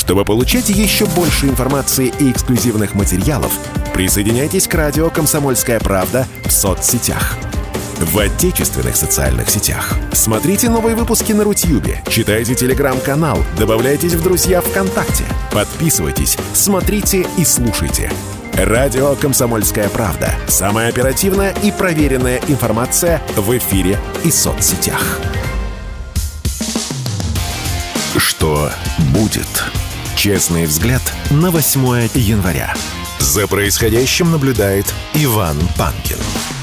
Чтобы получать еще больше информации и эксклюзивных материалов, присоединяйтесь к радио «Комсомольская правда» в соцсетях. В отечественных социальных сетях. Смотрите новые выпуски на Рутьюбе, читайте телеграм-канал, добавляйтесь в друзья ВКонтакте, подписывайтесь, смотрите и слушайте. Радио «Комсомольская правда». Самая оперативная и проверенная информация в эфире и соцсетях. Что будет? Честный взгляд на 8 января. За происходящим наблюдает Иван Панкин.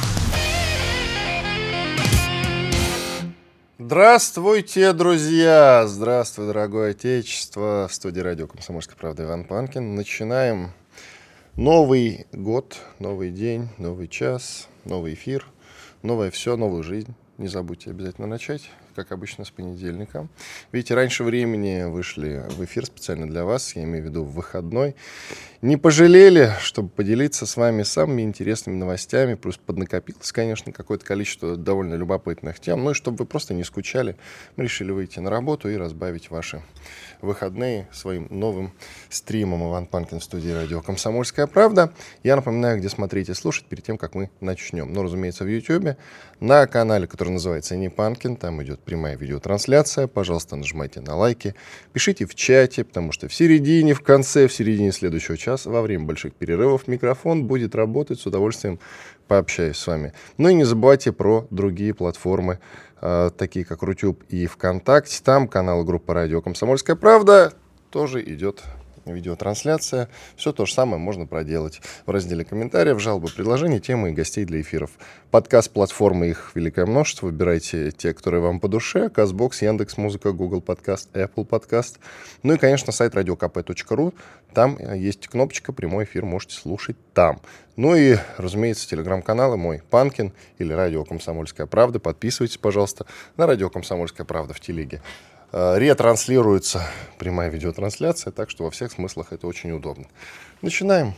Здравствуйте, друзья! Здравствуй, дорогое отечество! В студии радио «Комсомольская правда» Иван Панкин. Начинаем новый год, новый день, новый час, новый эфир, новое все, новую жизнь. Не забудьте обязательно начать, как обычно, с понедельника. Видите, раньше времени вышли в эфир специально для вас, я имею в виду в выходной. Не пожалели, чтобы поделиться с вами самыми интересными новостями. Плюс поднакопилось, конечно, какое-то количество довольно любопытных тем. Ну и чтобы вы просто не скучали, мы решили выйти на работу и разбавить ваши выходные своим новым стримом. Иван Панкин в студии радио «Комсомольская правда». Я напоминаю, где смотреть и слушать перед тем, как мы начнем. Ну, разумеется, в YouTube, на канале, который называется «Не Панкин». Там идет прямая видеотрансляция. Пожалуйста, нажимайте на лайки. Пишите в чате, потому что в середине, в конце, в середине следующего часа, во время больших перерывов, микрофон будет работать. С удовольствием пообщаюсь с вами. Ну и не забывайте про другие платформы, такие как Рутюб и ВКонтакте. Там канал группы радио «Комсомольская правда». Тоже идет видеотрансляция. Все то же самое можно проделать в разделе комментариев, жалобы, предложения, темы и гостей для эфиров. Подкаст-платформы, их великое множество. Выбирайте те, которые вам по душе. Казбокс, Яндекс.Музыка, Google Подкаст, Apple Подкаст. Ну и, конечно, сайт radiokp.ru. Там есть кнопочка «Прямой эфир», можете слушать там. Ну и, разумеется, телеграм-каналы мой Панкин или радио «Комсомольская правда». Подписывайтесь, пожалуйста, на радио «Комсомольская правда» в телеге. Ретранслируется прямая видеотрансляция, так что во всех смыслах это очень удобно. Начинаем.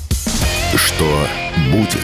Что будет?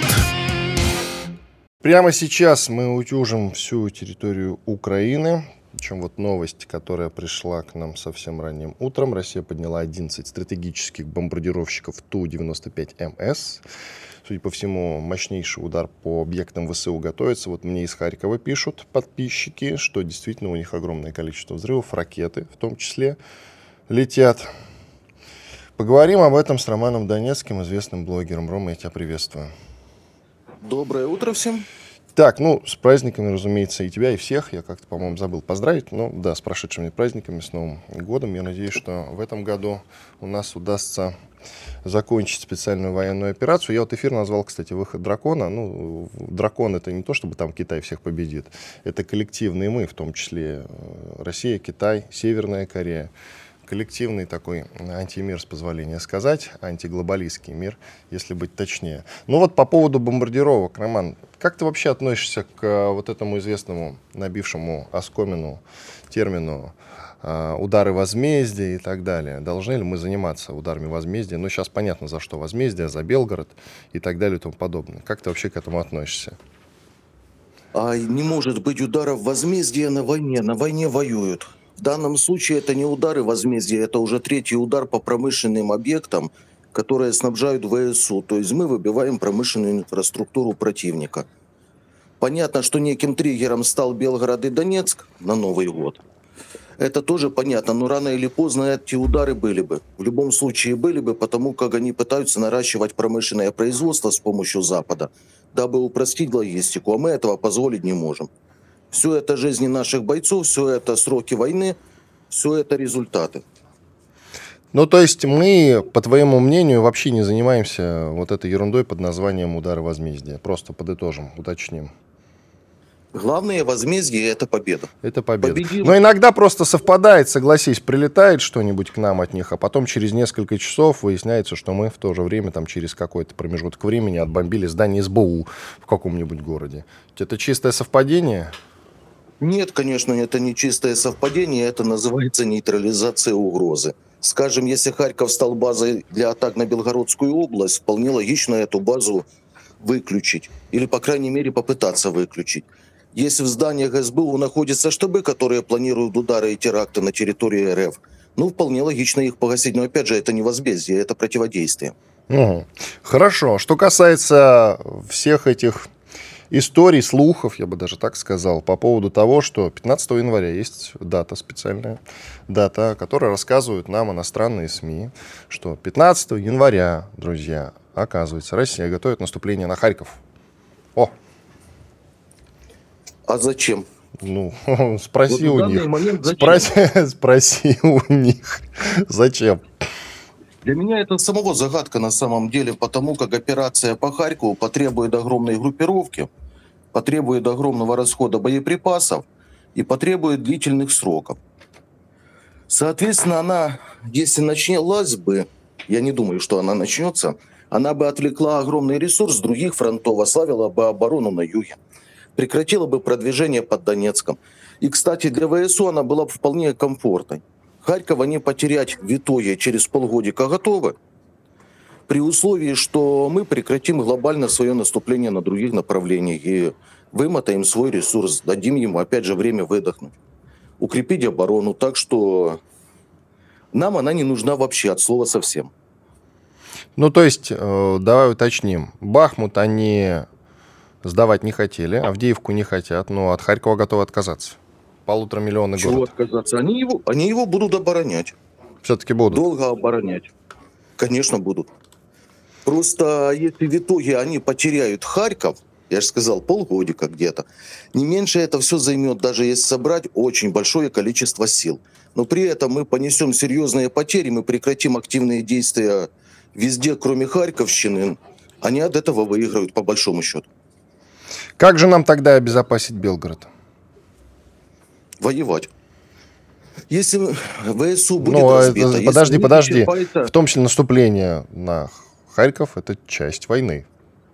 Прямо сейчас мы утюжим всю территорию Украины. Причем вот новость, которая пришла к нам совсем ранним утром. Россия подняла 11 стратегических бомбардировщиков Ту-95МС. Судя по всему, мощнейший удар по объектам ВСУ готовится. Вот мне из Харькова пишут подписчики, что действительно у них огромное количество взрывов, ракеты в том числе летят. Поговорим об этом с Романом Донецким, известным блогером. Рома, я тебя приветствую. Доброе утро всем. Так, с праздниками, разумеется, и тебя, и всех. Я как-то, по-моему, забыл поздравить. Да, с прошедшими праздниками, с Новым годом. Я надеюсь, что в этом году у нас удастся закончить специальную военную операцию. Я вот эфир назвал, кстати, «Выход дракона». Дракон — это не то, чтобы там Китай всех победит. Это коллективные мы, в том числе Россия, Китай, Северная Корея. Коллективный такой антимир, с позволения сказать, антиглобалистский мир, если быть точнее. По поводу бомбардировок, Роман, как ты вообще относишься к вот этому известному, набившему оскомину термину удары возмездия и так далее? Должны ли мы заниматься ударами возмездия? Сейчас понятно, за что возмездие, за Белгород и так далее и тому подобное. Как ты вообще к этому относишься? Не может быть ударов возмездия на войне. На войне воюют. В данном случае это не удары возмездия, это уже третий удар по промышленным объектам, которые снабжают ВСУ. То есть мы выбиваем промышленную инфраструктуру противника. Понятно, что неким триггером стал Белгород и Донецк на Новый год. Это тоже понятно, но рано или поздно эти удары были бы. В любом случае были бы, потому как они пытаются наращивать промышленное производство с помощью Запада, дабы упростить логистику, а мы этого позволить не можем. Все это жизни наших бойцов, все это сроки войны, все это результаты. То есть мы, по твоему мнению, вообще не занимаемся вот этой ерундой под названием удары возмездия. Просто подытожим, уточним. Главное возмездие — это победа. Это победа. Победил. Но иногда просто совпадает, согласись, прилетает что-нибудь к нам от них, а потом через несколько часов выясняется, что мы в то же время, через какой-то промежуток времени отбомбили здание СБУ в каком-нибудь городе. Это чистое совпадение? Нет, конечно, это не чистое совпадение, это называется нейтрализация угрозы. Скажем, если Харьков стал базой для атак на Белгородскую область, вполне логично эту базу выключить. Или, по крайней мере, попытаться выключить. Если в зданиях СБУ находятся штабы, которые планируют удары и теракты на территории РФ, Ну, вполне логично их погасить, но опять же, это не возмездие, это противодействие. Мгм. Хорошо. Что касается всех этих историй, слухов, я бы даже так сказал, по поводу того, что 15 января есть дата специальная, дата, о которой рассказывают нам иностранные СМИ, что 15 января, друзья, оказывается, Россия готовит наступление на Харьков. О, А зачем? ну, Вот спроси в у данный них. момент зачем? Спроси у них. Зачем? Для меня это самого загадка на самом деле, потому как операция по Харькову потребует огромной группировки, потребует огромного расхода боеприпасов и потребует длительных сроков. Соответственно, она, если началась бы, я не думаю, что она начнется, она бы отвлекла огромный ресурс с других фронтов, ослабила бы оборону на юге, прекратила бы продвижение под Донецком. И, кстати, для ВСУ она была бы вполне комфортной. Харьков они потерять в итоге через полгодика готовы, при условии, что мы прекратим глобально свое наступление на других направлениях и вымотаем свой ресурс, дадим ему, опять же, время выдохнуть, укрепить оборону. Так что нам она не нужна вообще от слова совсем. Ну, то есть, давай уточним. Бахмут они сдавать не хотели, Авдеевку не хотят, но от Харькова готовы отказаться. 1,5 миллиона Чего город. отказаться? Они его будут оборонять. Все-таки будут. Долго оборонять. Конечно, будут. Просто если в итоге они потеряют Харьков, я же сказал, полгодика где-то, не меньше это все займет, даже если собрать очень большое количество сил. Но при этом мы понесем серьезные потери, мы прекратим активные действия везде, кроме Харьковщины. Они от этого выиграют, по большому счету. Как же нам тогда обезопасить Белгород? Воевать. Если ВСУ будет Ну, разбито... подожди. исчерпается... В том числе наступление на Харьков – это часть войны.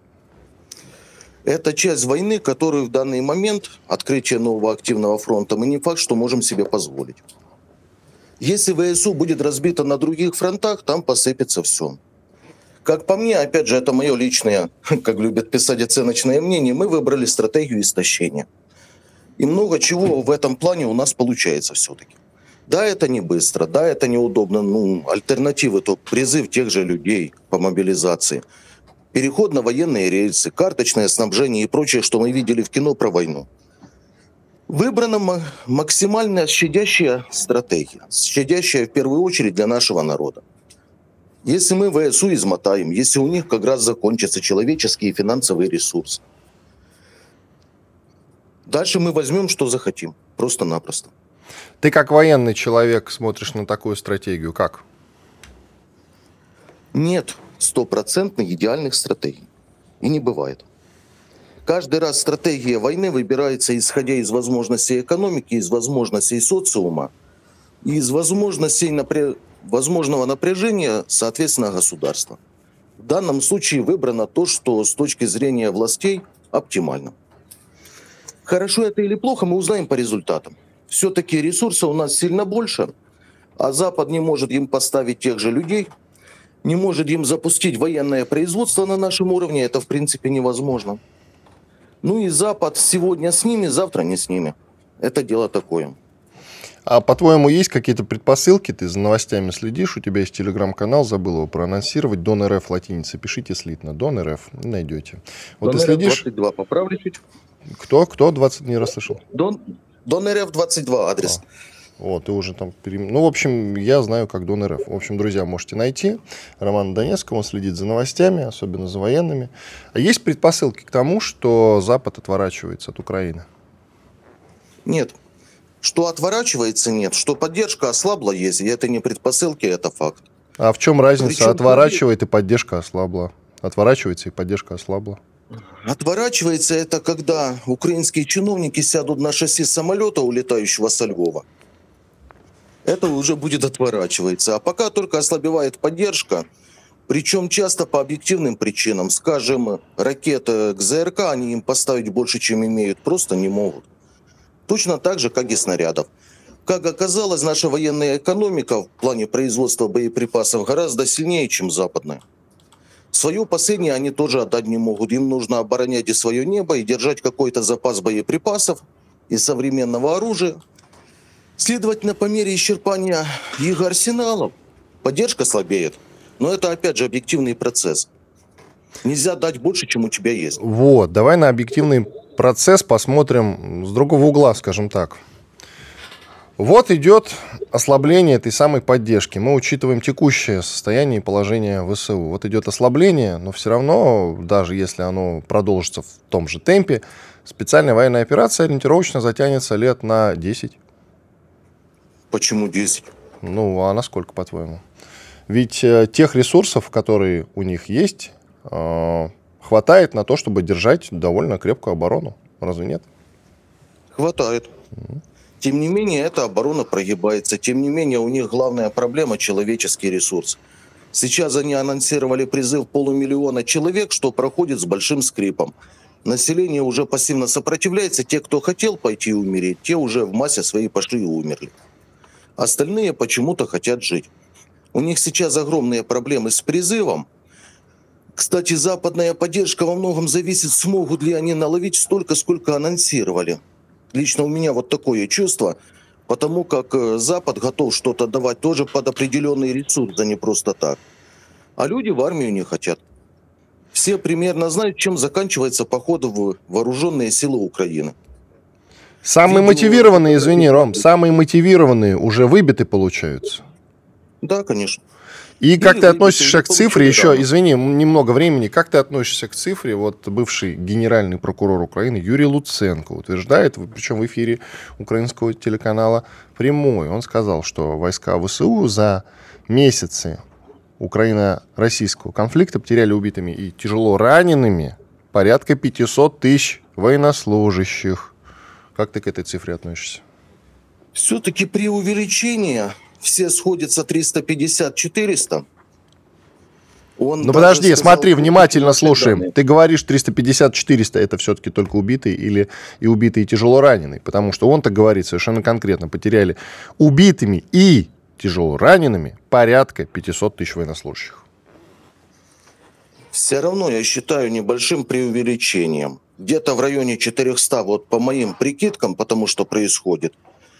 Это часть войны, которую в данный момент, открытие нового активного фронта, мы не факт, что можем себе позволить. Если ВСУ будет разбито на других фронтах, там посыпется все. Как по мне, опять же, это мое личное, как любят писать, оценочное мнение, мы выбрали стратегию истощения. И много чего в этом плане у нас получается все-таки. Да, это не быстро, да, это неудобно. Ну, альтернативы, то призыв тех же людей по мобилизации, переход на военные рельсы, карточное снабжение и прочее, что мы видели в кино про войну. Выбрана максимально щадящая стратегия, щадящая в первую очередь для нашего народа. Если мы ВСУ измотаем, если у них как раз закончатся человеческие и финансовые ресурсы, дальше мы возьмем, что захотим, просто-напросто. Ты как военный человек смотришь на такую стратегию, как? Нет стопроцентно идеальных стратегий. И не бывает. Каждый раз стратегия войны выбирается исходя из возможностей экономики, из возможностей социума, и из возможностей возможного напряжения, соответственно, государства. В данном случае выбрано то, что с точки зрения властей оптимально. Хорошо это или плохо, мы узнаем по результатам. Все-таки ресурса у нас сильно больше, а Запад не может им поставить тех же людей, не может им запустить военное производство на нашем уровне, это в принципе невозможно. Ну и Запад сегодня с ними, завтра не с ними. Это дело такое. А по-твоему, есть какие-то предпосылки? Ты за новостями следишь, у тебя есть телеграм-канал, забыл его проанонсировать. Дон РФ латиница, пишите слитно. Дон РФ, найдете. Вот Дон ты следишь... 22, поправлю чуть. Кто? 20 не расслышал. Дон РФ 22 адрес. Вот, ты уже там... Ну, в общем, я знаю, как Дон РФ. В общем, друзья, можете найти Романа Донецкого, он следит за новостями, особенно за военными. А есть предпосылки к тому, что Запад отворачивается от Украины? Нет. Что отворачивается, нет. Что поддержка ослабла, есть. И это не предпосылки, это факт. А в чем разница? Причем Отворачивает и поддержка ослабла. Отворачивается и поддержка ослабла. Отворачивается это, когда украинские чиновники сядут на шасси самолета, улетающего со Львова. Это уже будет отворачиваться. А пока только ослабевает поддержка, причем часто по объективным причинам. Скажем, ракеты к ЗРК они им поставить больше, чем имеют, просто не могут. Точно так же, как и снарядов. Как оказалось, наша военная экономика в плане производства боеприпасов гораздо сильнее, чем западная. Свое последнее они тоже отдать не могут. Им нужно оборонять и свое небо, и держать какой-то запас боеприпасов и современного оружия. Следовательно, по мере исчерпания их арсеналов поддержка слабеет. Но это, опять же, объективный процесс. Нельзя дать больше, чем у тебя есть. Вот, давай на объективный процесс посмотрим с другого угла, скажем так. Вот идет ослабление этой самой поддержки. Мы учитываем текущее состояние и положение ВСУ. Вот идет ослабление, но все равно, даже если оно продолжится в том же темпе, специальная военная операция ориентировочно затянется лет на 10. Почему 10? Ну, а на сколько, по-твоему? Ведь тех ресурсов, которые у них есть, хватает на то, чтобы держать довольно крепкую оборону. Разве нет? Хватает. Тем не менее, эта оборона прогибается. Тем не менее, у них главная проблема – человеческий ресурс. Сейчас они анонсировали призыв 500 000 человек, что проходит с большим скрипом. Население уже пассивно сопротивляется. Те, кто хотел пойти умереть, те уже в массе своей пошли и умерли. Остальные почему-то хотят жить. У них сейчас огромные проблемы с призывом. Кстати, западная поддержка во многом зависит, смогут ли они наловить столько, сколько анонсировали. Лично у меня вот такое чувство, потому как Запад готов что-то давать тоже под определенный ресурс, а не просто так. А люди в армию не хотят. Все примерно знают, чем заканчивается поход в вооруженные силы Украины. Самые мотивированные, извини, Ром, самые мотивированные уже выбиты, получаются. Да, конечно. И как ты относишься к цифре, еще, извини, немного времени, как ты относишься к цифре, вот бывший генеральный прокурор Украины Юрий Луценко утверждает, причем в эфире украинского телеканала «Прямой», он сказал, что войска ВСУ за месяцы украино-российского конфликта потеряли убитыми и тяжело ранеными порядка 500 000 военнослужащих. Как ты к этой цифре относишься? Все-таки при увеличении все сходятся 350-400. Ну подожди, смотри, внимательно слушаем. Ты говоришь 350-400, это все-таки только убитые или и убитые тяжело раненые? Потому что он так говорит совершенно конкретно. Потеряли убитыми и тяжело ранеными порядка 500 000 военнослужащих. Все равно я считаю небольшим преувеличением. Где-то в районе 400, вот по моим прикидкам, потому что происходит.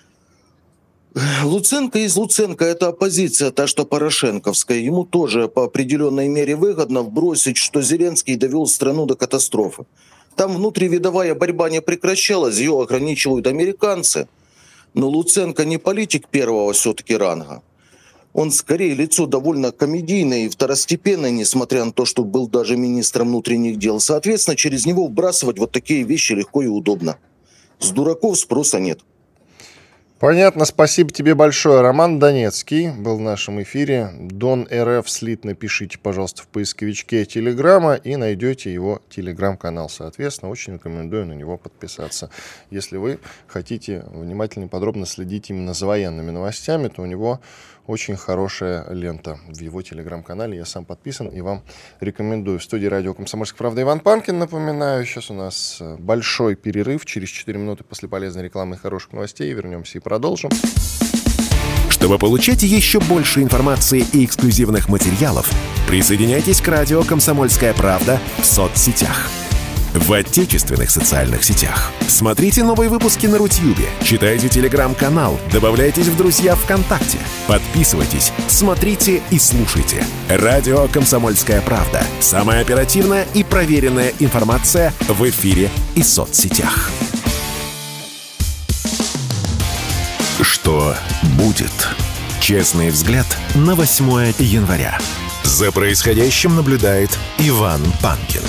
Луценко из Луценко, это оппозиция, та что порошенковская. Ему тоже по определенной мере выгодно вбросить, что Зеленский довел страну до катастрофы. Там внутривидовая борьба не прекращалась, ее ограничивают американцы. Но Луценко не политик первого все-таки ранга. Он скорее лицо довольно комедийное и второстепенное, несмотря на то, что был даже министром внутренних дел. Соответственно, через него вбрасывать вот такие вещи легко и удобно. С дураков спроса нет. Понятно, спасибо тебе большое. Роман Донецкий был в нашем эфире. Дон РФ слитно пишите, пожалуйста, в поисковичке Телеграма и найдете его Телеграм-канал. Соответственно, очень рекомендую на него подписаться. Если вы хотите внимательно и подробно следить именно за военными новостями, то у него очень хорошая лента в его Телеграм-канале. Я сам подписан и вам рекомендую. В студии радио «Комсомольская правда» Иван Панкин. Напоминаю, сейчас у нас большой перерыв. Через 4 минуты после полезной рекламы и хороших новостей вернемся и продолжим. Чтобы получать еще больше информации и эксклюзивных материалов, присоединяйтесь к радио «Комсомольская правда» в соцсетях. В отечественных социальных сетях. Смотрите новые выпуски на Рутьюбе, читайте телеграм-канал, добавляйтесь в друзья ВКонтакте, подписывайтесь, смотрите и слушайте. Радио «Комсомольская правда». Самая оперативная и проверенная информация в эфире и соцсетях. Что будет? Честный взгляд на 8 января. За происходящим наблюдает Иван Панкин.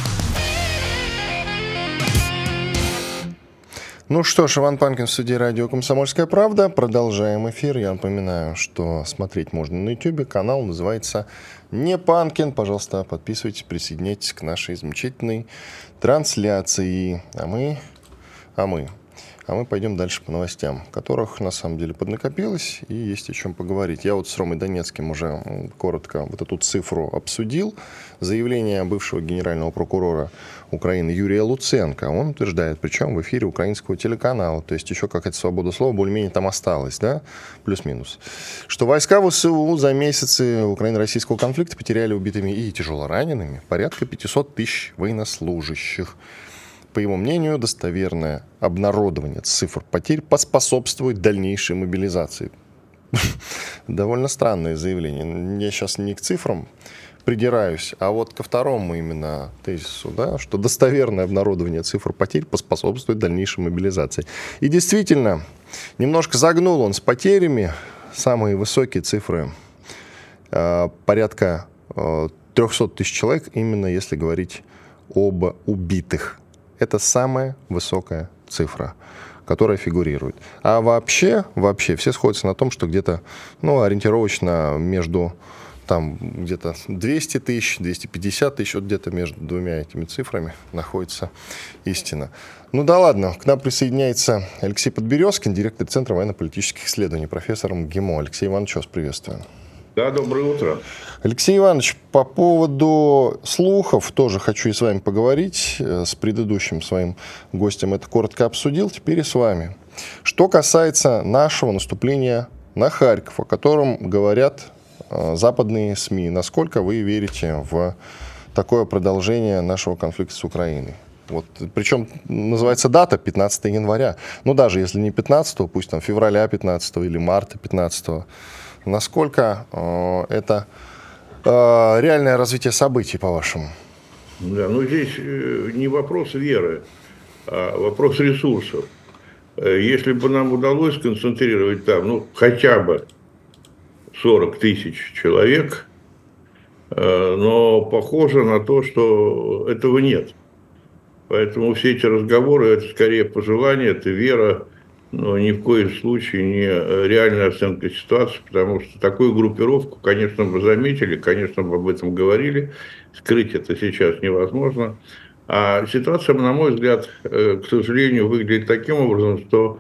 Ну что ж, Иван Панкин в студии радио «Комсомольская правда». Продолжаем эфир. Я напоминаю, что смотреть можно на YouTube. Канал называется «Не Панкин». Пожалуйста, подписывайтесь, присоединяйтесь к нашей замечательной трансляции. А мы пойдем дальше по новостям, которых на самом деле поднакопилось и есть о чем поговорить. Я вот с Ромой Донецким уже коротко вот эту цифру обсудил. Заявление бывшего генерального прокурора Украины Юрия Луценко. Он утверждает, причем в эфире украинского телеканала, то есть еще какая-то свобода слова более-менее там осталась, да, плюс-минус, что войска ВСУ за месяцы украино-российского конфликта потеряли убитыми и тяжелоранеными порядка 500 000 военнослужащих. по его мнению, достоверное обнародование цифр потерь поспособствует дальнейшей мобилизации. Довольно странное заявление. Я сейчас не к цифрам придираюсь, а вот ко второму именно тезису, да, что достоверное обнародование цифр потерь поспособствует дальнейшей мобилизации. И действительно, немножко загнул он с потерями. Самые высокие цифры, порядка 300 тысяч человек, именно если говорить об убитых. Это самая высокая цифра, которая фигурирует. А вообще все сходятся на том, что где-то, ориентировочно между там где-то 200 тысяч, 250 тысяч, вот где-то между двумя этими цифрами находится истина. Ну да ладно, к нам присоединяется Алексей Подберезкин, директор Центра военно-политических исследований, профессор МГИМО. Алексей Иванович, вас приветствую. Да, доброе утро. Алексей Иванович, по поводу слухов тоже хочу и с вами поговорить. С предыдущим своим гостем это коротко обсудил, теперь и с вами. Что касается нашего наступления на Харьков, о котором говорят западные СМИ, насколько вы верите в такое продолжение нашего конфликта с Украиной? Вот, причем называется дата 15 января. Ну, даже если не 15, пусть там февраля 15 или марта 15. Насколько это реальное развитие событий, по-вашему? Да, здесь не вопрос веры, а вопрос ресурсов. Если бы нам удалось сконцентрировать там, хотя бы 40 тысяч человек, но похоже на то, что этого нет. Поэтому все эти разговоры, это скорее пожелание, это вера, но ни в коем случае не реальная оценка ситуации, потому что такую группировку, конечно, бы заметили, конечно, бы об этом говорили, скрыть это сейчас невозможно. А ситуация, на мой взгляд, к сожалению, выглядит таким образом, что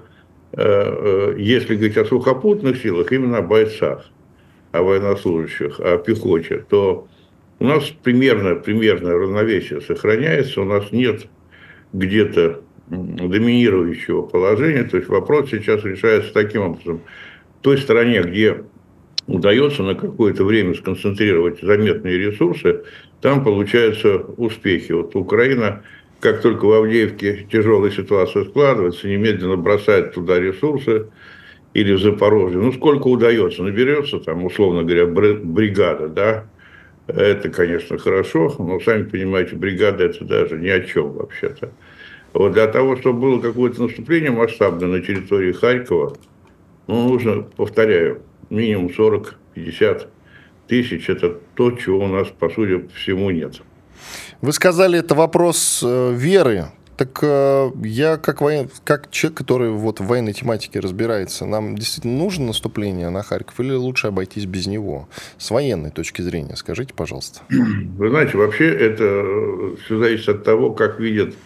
если говорить о сухопутных силах, именно о бойцах, о военнослужащих, о пехоте, то у нас примерное равновесие сохраняется, у нас нет где-то доминирующего положения, то есть вопрос сейчас решается таким образом. В той стороне, где удается на какое-то время сконцентрировать заметные ресурсы, там получаются успехи. Вот Украина, как только в Авдеевке тяжелая ситуация складывается, немедленно бросает туда ресурсы, или в Запорожье. Сколько удается, наберется там, условно говоря, бригада, да, это, конечно, хорошо, но, сами понимаете, бригада это даже ни о чем вообще-то. Вот для того, чтобы было какое-то наступление масштабное на территории Харькова, нужно, повторяю, минимум 40-50 тысяч, это то, чего у нас, по сути, по всему нет. Вы сказали, это вопрос веры. Так я, как человек, который в военной тематике разбирается, нам действительно нужно наступление на Харьков или лучше обойтись без него? С военной точки зрения, скажите, пожалуйста. Вы знаете, вообще это все зависит от того, как видят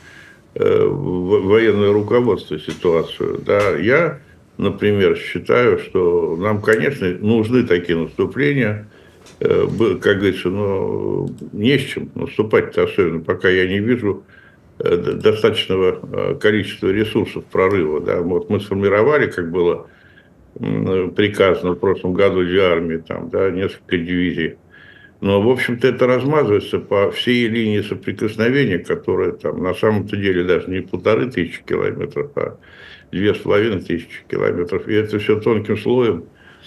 военное руководство ситуацию. Да, я, например, считаю, что нам, конечно, нужны такие наступления, как говорится, не с чем наступать-то, особенно пока я не вижу достаточного количества ресурсов прорыва. Да. Вот мы сформировали, как было приказано в прошлом году для армии, там, да, несколько дивизий. Но, в общем-то, это размазывается по всей линии соприкосновения, которая там на самом-то деле даже не 1500 километров, а 2500 километров. И это все тонким слоем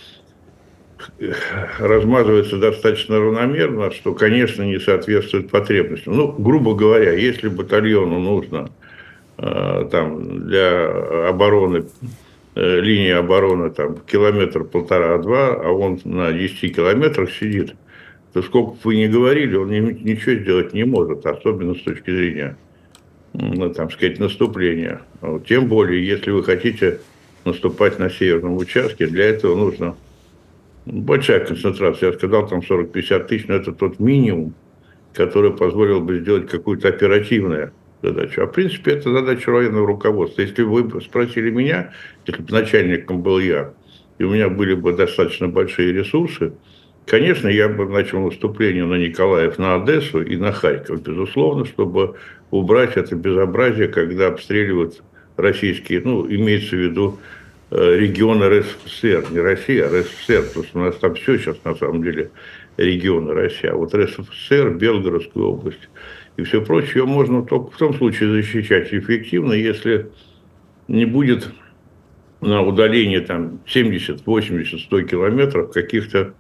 размазывается достаточно равномерно, что, конечно, не соответствует потребностям. Грубо говоря, если батальону нужно там, для обороны, линии обороны там, 1-1,5-2, а он на 10 километрах сидит, то сколько бы вы ни говорили, он ничего сделать не может, особенно с точки зрения, наступления. Тем более, если вы хотите наступать на северном участке, для этого нужно большая концентрация. Я сказал, там 40-50 тысяч, но это тот минимум, который позволил бы сделать какую-то оперативную задачу. А в принципе, это задача военного руководства. Если бы вы спросили меня, если бы начальником был я, и у меня были бы достаточно большие ресурсы, конечно, я бы начал наступление на Николаев, на Одессу и на Харьков, безусловно, чтобы убрать это безобразие, когда обстреливают российские, имеется в виду регионы РСФСР, не Россия, а РСФСР, потому что у нас там все сейчас на самом деле регионы России, а вот РСФСР, Белгородскую область. и все прочее, ее можно только в том случае защищать эффективно, если не будет на удалении там 70, 80, 100 километров каких-то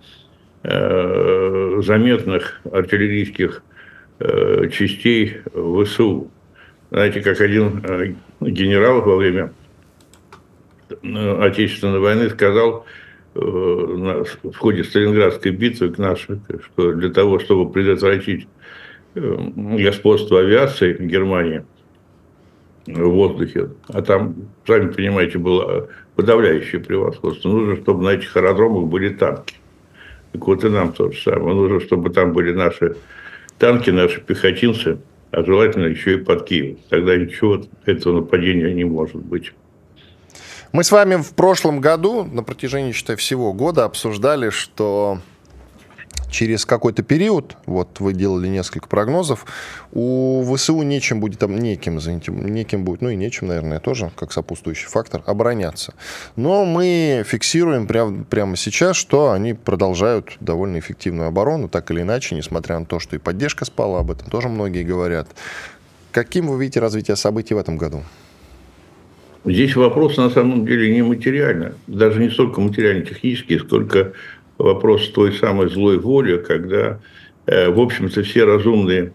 заметных артиллерийских частей ВСУ. Знаете, как один генерал во время Отечественной войны сказал в ходе Сталинградской битвы к нашей, что для того, чтобы предотвратить господство авиации в Германии в воздухе, а там, сами понимаете, было подавляющее превосходство, нужно, чтобы на этих аэродромах были танки. Так вот и нам то же самое. Нужно, чтобы там были наши танки, наши пехотинцы, а желательно еще и под Киевом. Тогда ничего этого нападения не может быть. Мы с вами в прошлом году, на протяжении, считай, всего года обсуждали, что через какой-то период, вот вы делали несколько прогнозов, у ВСУ неким будет, ну и нечем, наверное, тоже, как сопутствующий фактор, обороняться. Но мы фиксируем прямо сейчас, что они продолжают довольно эффективную оборону, так или иначе, несмотря на то, что и поддержка спала, об этом тоже многие говорят. Каким вы видите развитие событий в этом году? Здесь вопрос на самом деле не материально, даже не столько материально-технический, сколько вопрос той самой злой воли, когда, в общем-то, все разумные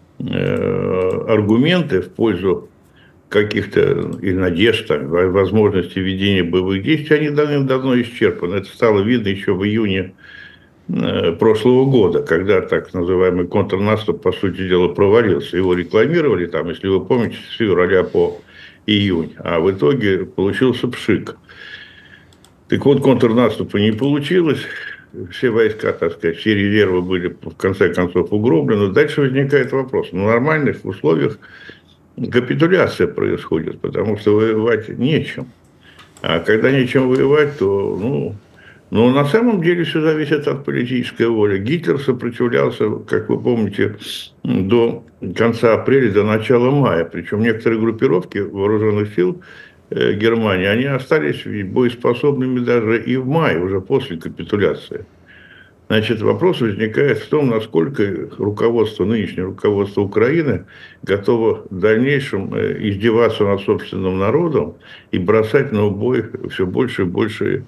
аргументы в пользу каких-то и надежд, возможности ведения боевых действий, они давным-давно исчерпаны. Это стало видно еще в июне прошлого года, когда так называемый контрнаступ, по сути дела, провалился. Его рекламировали, там, если вы помните, с февраля по июнь, а в итоге получился пшик. Так вот, контрнаступа не получилось, все войска, так сказать, все резервы были в конце концов угроблены. Дальше возникает вопрос. В нормальных условиях капитуляция происходит, потому что воевать нечем. А когда нечем воевать, то, на самом деле все зависит от политической воли. Гитлер сопротивлялся, как вы помните, до конца апреля, до начала мая. Причем некоторые группировки вооруженных сил Германии, они остались боеспособными даже и в мае, уже после капитуляции. Значит, вопрос возникает в том, насколько нынешнее руководство Украины готово в дальнейшем издеваться над собственным народом и бросать на убой все больше и больше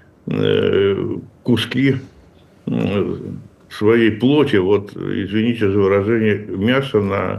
куски своей плоти, извините за выражение, мяса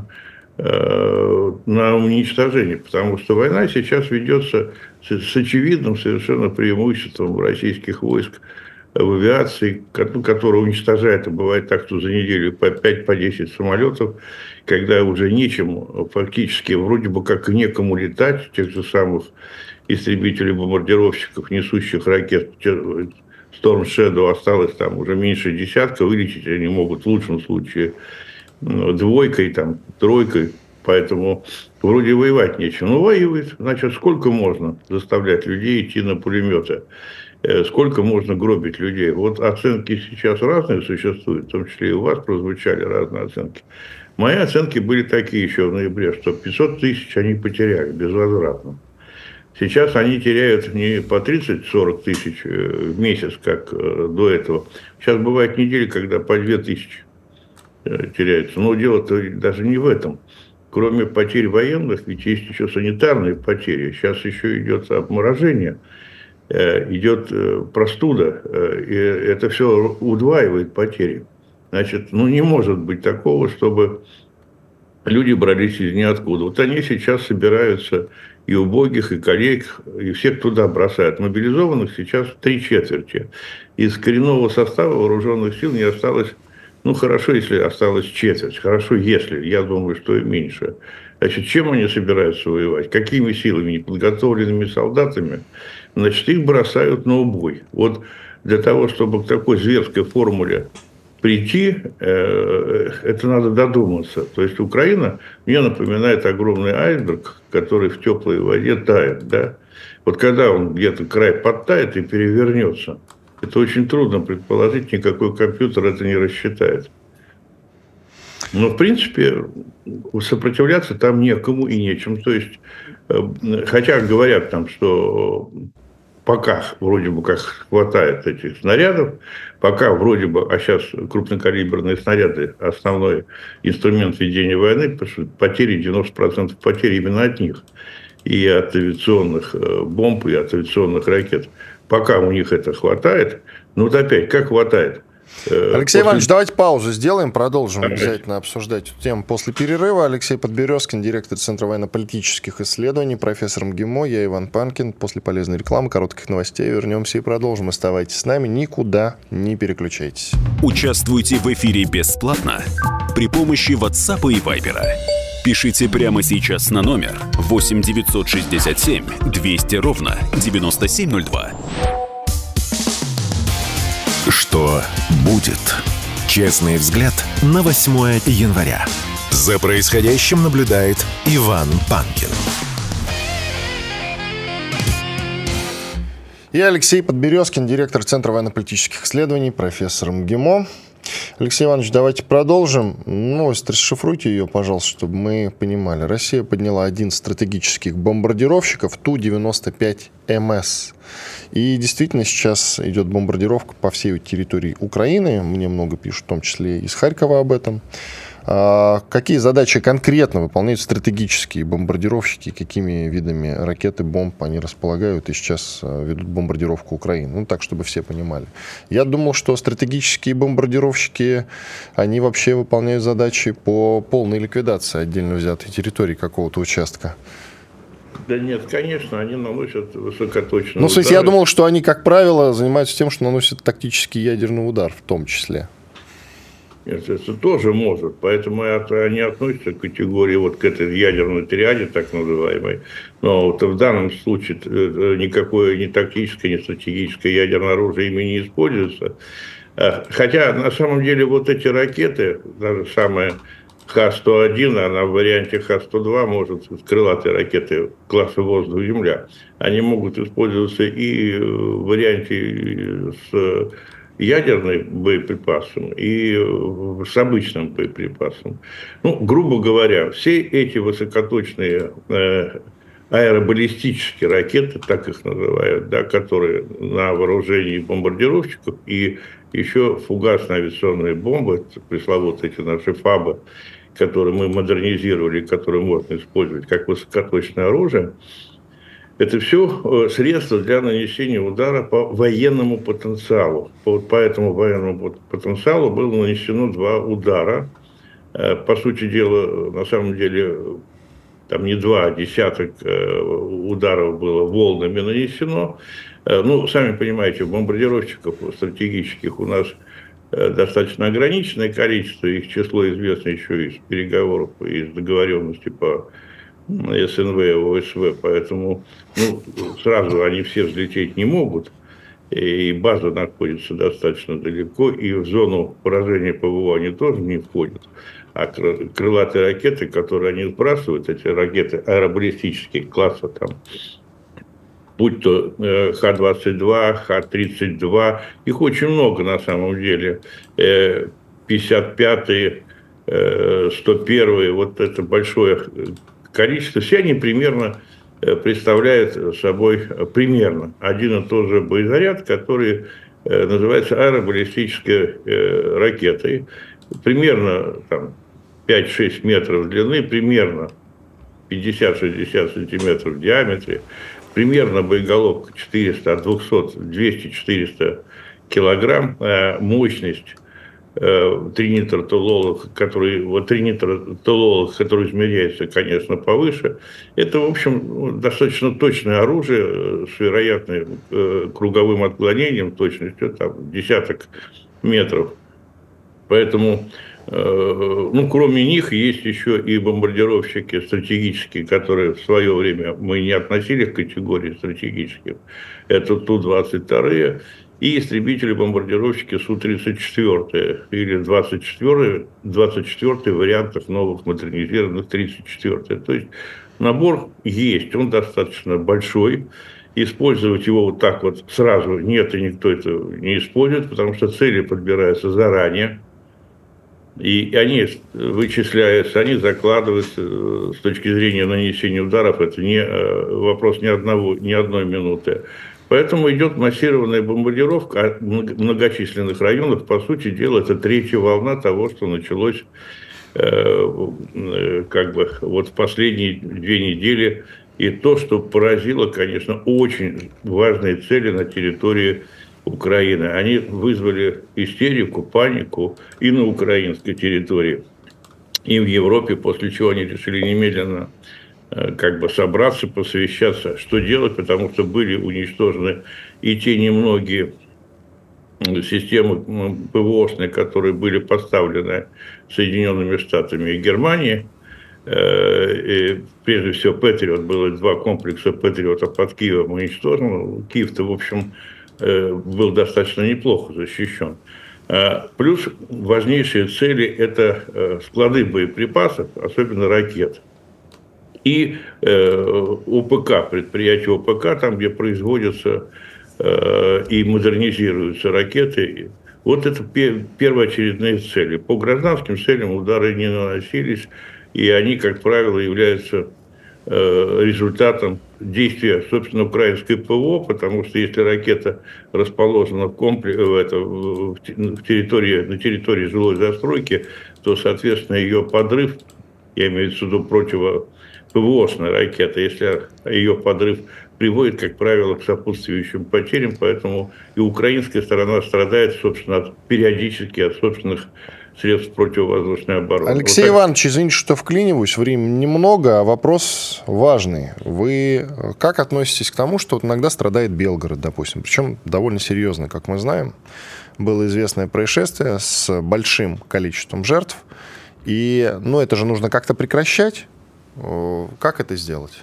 на уничтожение, потому что война сейчас ведется с очевидным совершенно преимуществом российских войск в авиации, которая уничтожает, и бывает так, что за неделю по 5-10 самолетов, когда уже нечем фактически, вроде бы как и некому летать, тех же самых истребителей-бомбардировщиков, несущих ракет Storm Shadow осталось там уже меньше десятка, вылететь они могут в лучшем случае двойкой, там, тройкой, поэтому вроде воевать нечем. Но воюет, значит, сколько можно заставлять людей идти на пулеметы, сколько можно гробить людей. Вот оценки сейчас разные существуют, в том числе и у вас прозвучали разные оценки. Мои оценки были такие еще в ноябре, что 500 тысяч они потеряли безвозвратно. Сейчас они теряют не по 30-40 тысяч в месяц, как до этого. Сейчас бывают недели, когда по 2 тысячи теряются. Но дело-то даже не в этом. Кроме потерь военных, ведь есть еще санитарные потери. Сейчас еще идет обморожение, идет простуда, и это все удваивает потери. Значит, не может быть такого, чтобы люди брались из ниоткуда. Вот они сейчас собираются и убогих, и коллег, и всех туда бросают. Мобилизованных сейчас 3/4. Из коренного состава вооруженных сил не осталось, хорошо, если осталось четверть, хорошо, если, я думаю, что и меньше. Значит, чем они собираются воевать? Какими силами? Неподготовленными солдатами? Значит, их бросают на убой. Вот для того, чтобы к такой зверской формуле прийти, это надо додуматься. То есть Украина мне напоминает огромный айсберг, который в теплой воде тает. Да? Вот когда он где-то край подтает и перевернется, это очень трудно предположить, никакой компьютер это не рассчитает. Но, в принципе, сопротивляться там некому и нечем. То есть, хотя говорят там, что пока вроде бы как хватает этих снарядов, пока вроде бы, а сейчас крупнокалиберные снаряды – основной инструмент ведения войны, потому что потери, 90% потерь именно от них, и от авиационных бомб, и от авиационных ракет. Пока у них это хватает, но вот опять, как хватает? Алексей Иванович, давайте паузу сделаем, продолжим обязательно обсуждать эту тему после перерыва. Алексей Подберезкин, директор Центра военно-политических исследований, профессор МГИМО, я Иван Панкин. После полезной рекламы, коротких новостей вернемся и продолжим. Оставайтесь с нами, никуда не переключайтесь. Участвуйте в эфире бесплатно при помощи WhatsApp и Viber. Пишите прямо сейчас на номер 8 967 200 ровно 9702. Что будет? Честный взгляд на 8 января. За происходящим наблюдает Иван Панкин. Я Алексей Подберезкин, директор Центра военно-политических исследований, профессор МГИМО. Алексей Иванович, давайте продолжим. Новость расшифруйте ее, пожалуйста, чтобы мы понимали. Россия подняла один стратегических бомбардировщиков Ту-95МС. И действительно сейчас идет бомбардировка по всей территории Украины. Мне много пишут, в том числе из Харькова об этом. Какие задачи конкретно выполняют стратегические бомбардировщики, какими видами ракет и бомб они располагают и сейчас ведут бомбардировку Украины? Так, чтобы все понимали. Я думал, что стратегические бомбардировщики, они вообще выполняют задачи по полной ликвидации отдельно взятой территории какого-то участка. Да нет, конечно, они наносят высокоточные удары. То есть я думал, что они, как правило, занимаются тем, что наносят тактический ядерный удар в том числе. Нет, это тоже может, поэтому они относятся к категории, вот к этой ядерной триаде, так называемой. Но вот в данном случае никакое ни тактическое, ни стратегическое ядерное оружие ими не используется. Хотя, на самом деле, вот эти ракеты, даже самая Х-101, она в варианте Х-102 может, крылатые ракеты класса воздух-земля, они могут использоваться и в варианте с ядерным боеприпасом и с обычным боеприпасом. Грубо говоря, все эти высокоточные аэробаллистические ракеты, так их называют, да, которые на вооружении бомбардировщиков, и еще фугасные авиационные бомбы, пресловутые эти наши ФАБы, которые мы модернизировали, которые можно использовать как высокоточное оружие, это все средства для нанесения удара по военному потенциалу. Вот по этому военному потенциалу было нанесено 2 удара. По сути дела, на самом деле, там не 2, а десяток ударов было волнами нанесено. Сами понимаете, бомбардировщиков стратегических у нас достаточно ограниченное количество, их число известно еще из переговоров, из договоренности по СНВ, ОСВ, поэтому сразу они все взлететь не могут, и база находится достаточно далеко, и в зону поражения ПВО они тоже не входят. А крылатые ракеты, которые они сбрасывают, эти ракеты аэробаллистические класса, там, будь то Х-22, Х-32, их очень много на самом деле, 55-е, 101-е, вот это большое количество, все они примерно представляют собой примерно один и тот же боезаряд, который называется аэробаллистической ракетой. Примерно 5-6 метров длины, примерно 50-60 сантиметров в диаметре, примерно боеголовка 400, от 200-400 килограмм, мощность тринитротолуолов, который измеряется, конечно, повыше. Это, в общем, достаточно точное оружие с вероятным круговым отклонением, точностью десяток метров. Поэтому, кроме них, есть еще и бомбардировщики стратегические, которые в свое время мы не относили к категории стратегических. Это Ту-22 и истребители-бомбардировщики Су-34 или 24 вариантах новых модернизированных 34. То есть набор есть, он достаточно большой. Использовать его вот так вот сразу нет, и никто это не использует, потому что цели подбираются заранее. И они вычисляются, они закладываются с точки зрения нанесения ударов. Это не вопрос ни одной минуты. Поэтому идет массированная бомбардировка многочисленных районов. По сути дела, это третья волна того, что началось как бы вот в последние 2 недели. И то, что поразило, конечно, очень важные цели на территории Украины. Они вызвали истерику, панику и на украинской территории, и в Европе, после чего они решили немедленно как бы собраться, посовещаться, что делать, потому что были уничтожены и те немногие системы ПВОшные, которые были поставлены Соединенными Штатами и Германией. И прежде всего, Патриот, было 2 комплекса Патриота под Киевом уничтожен. Киев-то, в общем, был достаточно неплохо защищен. Плюс важнейшие цели – это склады боеприпасов, особенно ракет. И ОПК, предприятие ОПК, там, где производятся и модернизируются ракеты. Вот это первоочередные цели. По гражданским целям удары не наносились, и они, как правило, являются результатом действия, собственно, украинской ПВО, потому что если ракета расположена на территории жилой застройки, то, соответственно, ее подрыв, я имею в виду ПВОшная ракета, если ее подрыв приводит, как правило, к сопутствующим потерям, поэтому и украинская сторона страдает, собственно, периодически от собственных средств противовоздушной обороны. Алексей вот Иванович, извините, что вклиниваюсь, времени немного, а вопрос важный. Вы как относитесь к тому, что иногда страдает Белгород, допустим, причем довольно серьезно, как мы знаем, было известное происшествие с большим количеством жертв, и, это же нужно как-то прекращать. Как это сделать?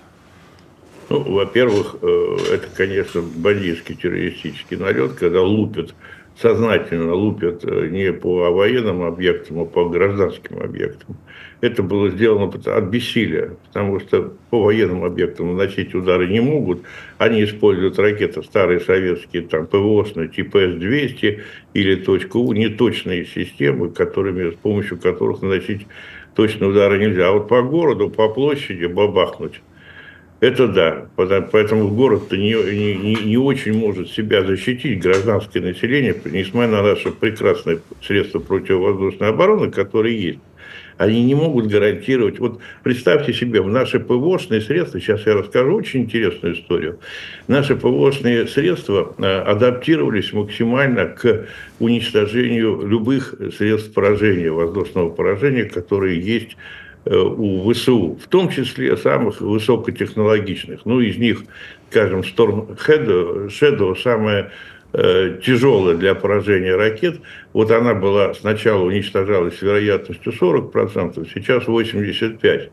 Во-первых, это, конечно, бандитский террористический налет, когда сознательно лупят не по военным объектам, а по гражданским объектам. Это было сделано от бессилия, потому что по военным объектам наносить удары не могут. Они используют ракеты старые советские, там, ПВОшные, типа С-200 или .У, неточные системы, с помощью которых наносить точные удары нельзя. А вот по городу, по площади бабахнуть, это да. Поэтому город-то не очень может себя защитить, гражданское население, несмотря на наши прекрасные средства противовоздушной обороны, которые есть. Они не могут гарантировать. Вот представьте себе, в наши ПВОшные средства, сейчас я расскажу очень интересную историю, наши ПВОшные средства адаптировались максимально к уничтожению любых средств поражения, воздушного поражения, которые есть у ВСУ, в том числе самых высокотехнологичных. Из них, скажем, Storm Shadow, самая тяжелая для поражения ракет. Вот она сначала уничтожалась с вероятностью 40%, сейчас 85%.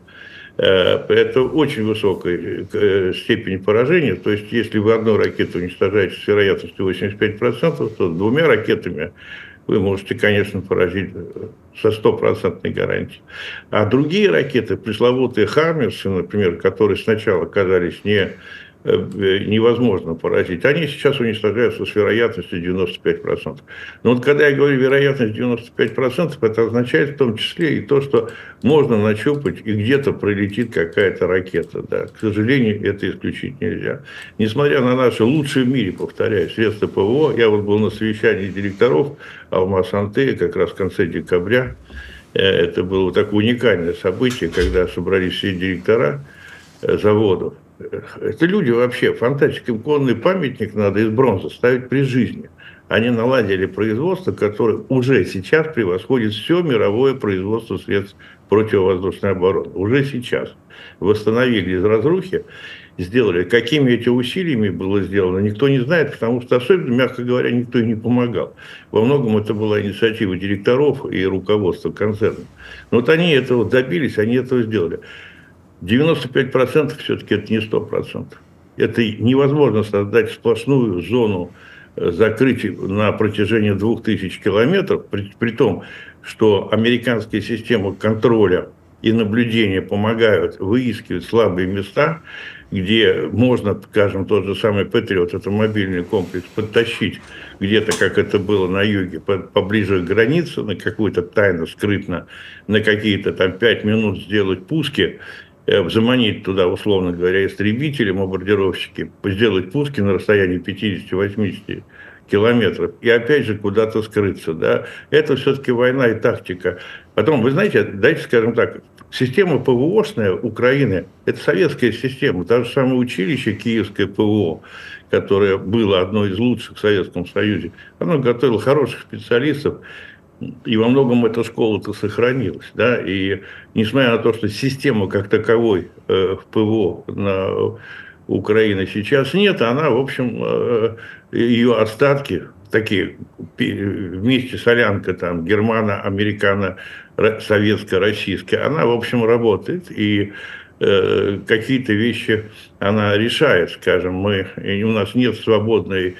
Это очень высокая степень поражения. То есть, если вы одной ракетой уничтожаете с вероятностью 85%, то 2 ракетами вы можете, конечно, поразить со 100% гарантией. А другие ракеты, пресловутые «Хаммерсы», например, которые сначала казались невозможно поразить, они сейчас уничтожаются с вероятностью 95%. Но вот когда я говорю вероятность 95%, это означает в том числе и то, что можно нащупать и где-то пролетит какая-то ракета. Да. К сожалению, это исключить нельзя. Несмотря на наши лучшие в мире, повторяю, средства ПВО, я вот был на совещании директоров Алмаз-Антея как раз в конце декабря. Это было такое уникальное событие, когда собрались все директора заводов. Это люди вообще, фантастика, им конный памятник надо из бронзы ставить при жизни. Они наладили производство, которое уже сейчас превосходит все мировое производство средств противовоздушной обороны. Уже сейчас. Восстановили из разрухи, сделали. Какими эти усилиями было сделано, никто не знает, потому что, особенно, мягко говоря, никто и не помогал. Во многом это была инициатива директоров и руководства концерна. Но вот они этого добились, они этого сделали. 95% все-таки это не 100%. Это невозможно создать сплошную зону закрытия на протяжении 2000 километров, при том, что американская система контроля и наблюдения помогают выискивать слабые места, где можно, скажем, тот же самый Патриот, это мобильный комплекс, подтащить где-то, как это было на юге, поближе к границе, на какую-то тайну, скрытно, на какие-то там 5 минут сделать пуски, заманить туда, условно говоря, истребители, бомбардировщики, сделать пуски на расстоянии 50-80 километров и опять же куда-то скрыться. Да? Это все-таки война и тактика. Потом, вы знаете, давайте скажем так, система ПВОшная Украины – это советская система. То же самое училище Киевское ПВО, которое было одно из лучших в Советском Союзе, оно готовило хороших специалистов, и во многом эта школа-то сохранилась. Да? И несмотря на то, что системы как таковой в ПВО на Украины сейчас нет, она, в общем, ее остатки, такие вместе солянка там германо-американо-советско-российская, она, в общем, работает, и какие-то вещи она решает, скажем, у нас нет свободных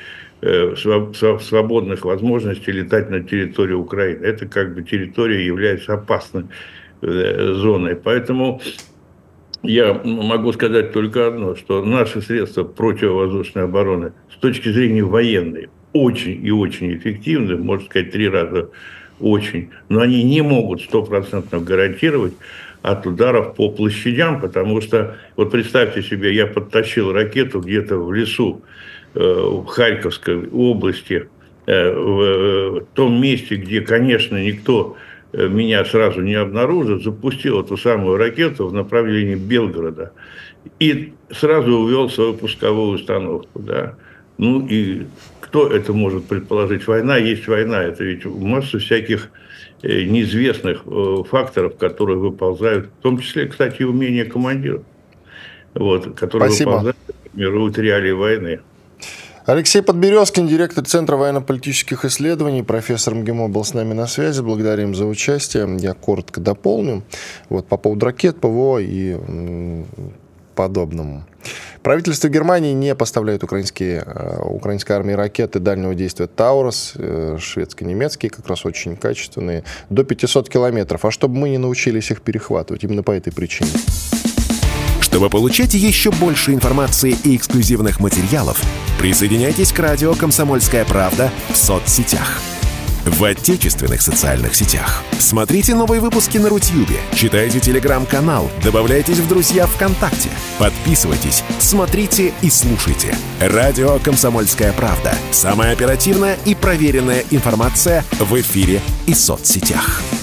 возможностей летать на территории Украины. Это как бы территория является опасной зоной. Поэтому я могу сказать только одно, что наши средства противовоздушной обороны с точки зрения военной очень и очень эффективны, можно сказать, 3 раза очень, но они не могут 100% гарантировать от ударов по площадям, потому что, вот представьте себе, я подтащил ракету где-то в лесу в Харьковской области, в том месте, где, конечно, никто меня сразу не обнаружит, запустил эту самую ракету в направлении Белгорода и сразу увел свою пусковую установку. Да? Ну и кто это может предположить? Война есть война. Это ведь масса всяких неизвестных факторов, которые выползают, в том числе, кстати, и умения командиров, вот, которые выползают, формируют реалии войны. Алексей Подберезкин, директор Центра военно-политических исследований, профессор МГИМО, был с нами на связи. Благодарим за участие. Я коротко дополню по поводу ракет, ПВО и подобному. Правительство Германии не поставляет украинской армии ракеты дальнего действия «Таурус», шведско-немецкие, как раз очень качественные, до 500 километров. А чтобы мы не научились их перехватывать, именно по этой причине. Чтобы получать еще больше информации и эксклюзивных материалов, присоединяйтесь к радио «Комсомольская правда» в соцсетях. В отечественных социальных сетях. Смотрите новые выпуски на Рутьюбе, читайте телеграм-канал, добавляйтесь в друзья ВКонтакте, подписывайтесь, смотрите и слушайте. Радио «Комсомольская правда». Самая оперативная и проверенная информация в эфире и соцсетях.